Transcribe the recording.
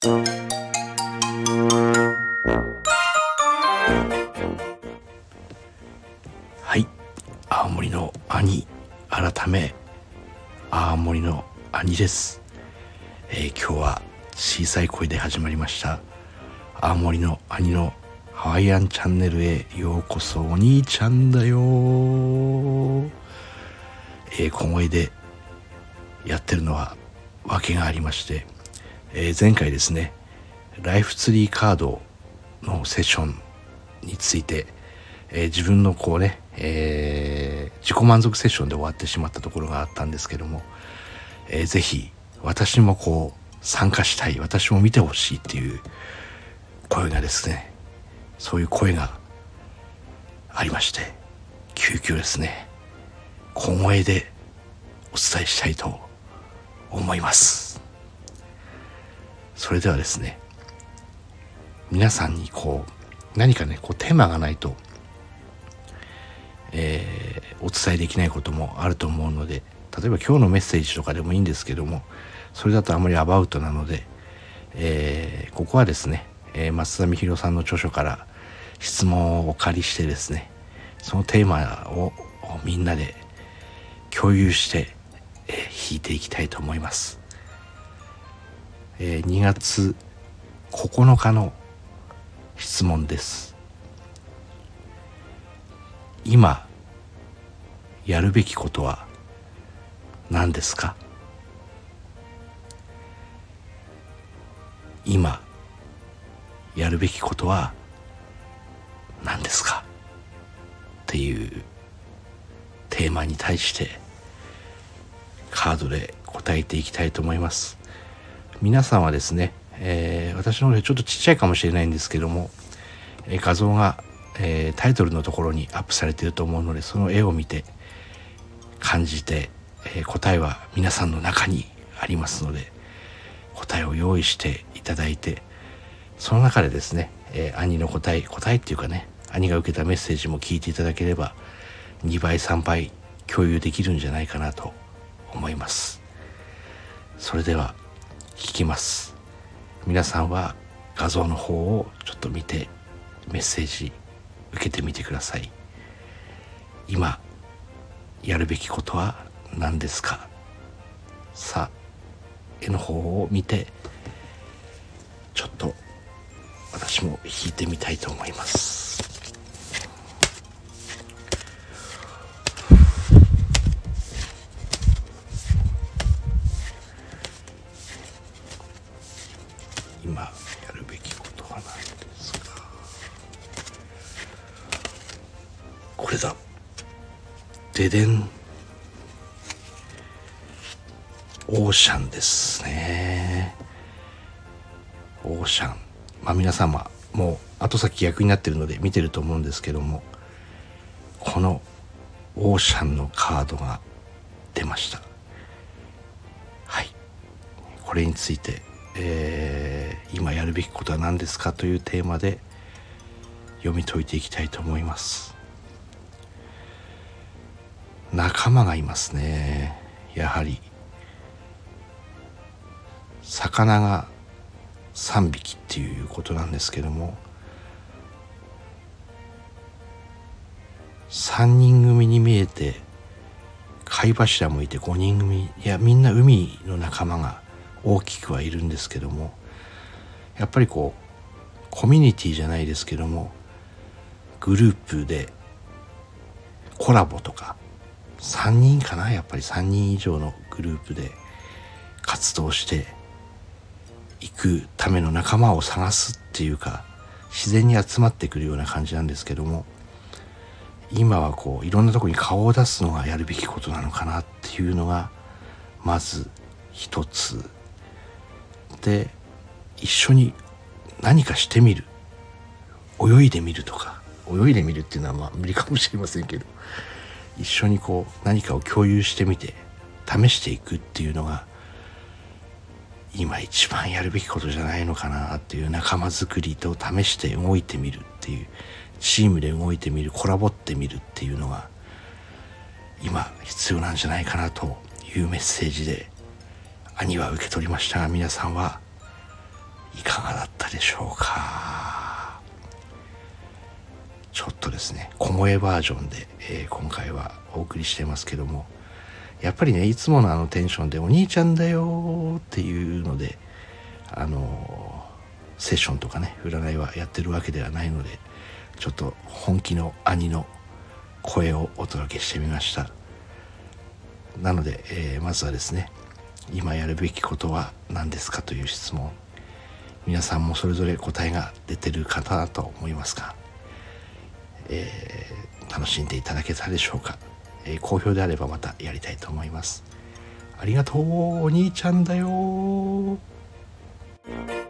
はい、青森の兄改め青森の兄です。今日は小さい声で始まりました青森の兄のハワイアンチャンネルへようこそ。お兄ちゃんだよ。小声でやってるのは訳がありまして、前回ですね、ライフツリーカードのセッションについて、自分のこうね、自己満足セッションで終わってしまったところがあったんですけども、ぜひ私もこう参加したい、私も見てほしいっていう声がですね、そういう声がありまして、急遽ですね、小声でお伝えしたいと思います。それではですね、皆さんにこう何かね、こうテーマがないと、お伝えできないこともあると思うので、例えば今日のメッセージとかでもいいんですけども、それだとあまりアバウトなので、ここはですね、松田美弘さんの著書から質問をお借りしてですね、そのテーマをみんなで共有して、弾いていきたいと思います。2月9日の質問です。今やるべきことは何ですか？今やるべきことは何ですかっていうテーマに対してカードで答えていきたいと思います。皆さんはですね、私の方でちょっとちっちゃいかもしれないんですけども、画像が、タイトルのところにアップされていると思うので、その絵を見て感じて、答えは皆さんの中にありますので、答えを用意していただいて、その中でですね、兄の答えっていうかね、兄が受けたメッセージも聞いていただければ2倍3倍共有できるんじゃないかなと思います。それでは聞きます。皆さんは画像の方をちょっと見てメッセージ受けてみてください。今やるべきことは何ですか？さあ、絵の方を見てちょっと私も弾いてみたいと思います。今やるべきことは何ですか？これだ。ででん。オーシャンですね。オーシャン。皆様もう後先逆になってるので見てると思うんですけども、このオーシャンのカードが出ました。はい。これについて、今やるべきことは何ですかというテーマで読み解いていきたいと思います。仲間がいますね。やはり魚が3匹っていうことなんですけども、3人組に見えて貝柱もいて5人組、いやみんな海の仲間が大きくはいるんですけども、やっぱりこうコミュニティじゃないですけども、グループでコラボとか3人かな、やっぱり3人以上のグループで活動していくための仲間を探すっていうか、自然に集まってくるような感じなんですけども、今はこういろんなところに顔を出すのがやるべきことなのかなっていうのがまず一つで、一緒に何かしてみる、泳いでみるとか、泳いでみるっていうのは無理かもしれませんけど、一緒にこう何かを共有してみて試していくっていうのが今一番やるべきことじゃないのかなっていう、仲間づくりと試して動いてみるっていう、チームで動いてみる、コラボってみるっていうのが今必要なんじゃないかなというメッセージで兄は受け取りましたが、皆さんはいかがだったでしょうか。ちょっとですね小声バージョンで、今回はお送りしてますけども、やっぱりねいつものテンションでお兄ちゃんだよっていうのでセッションとかね占いはやってるわけではないので、ちょっと本気の兄の声をお届けしてみました。なので、まずはですね、今やるべきことは何ですかという質問、皆さんもそれぞれ答えが出てるかなと思いますが、楽しんでいただけたでしょうか。好評であればまたやりたいと思います。ありがとう、お兄ちゃんだよ。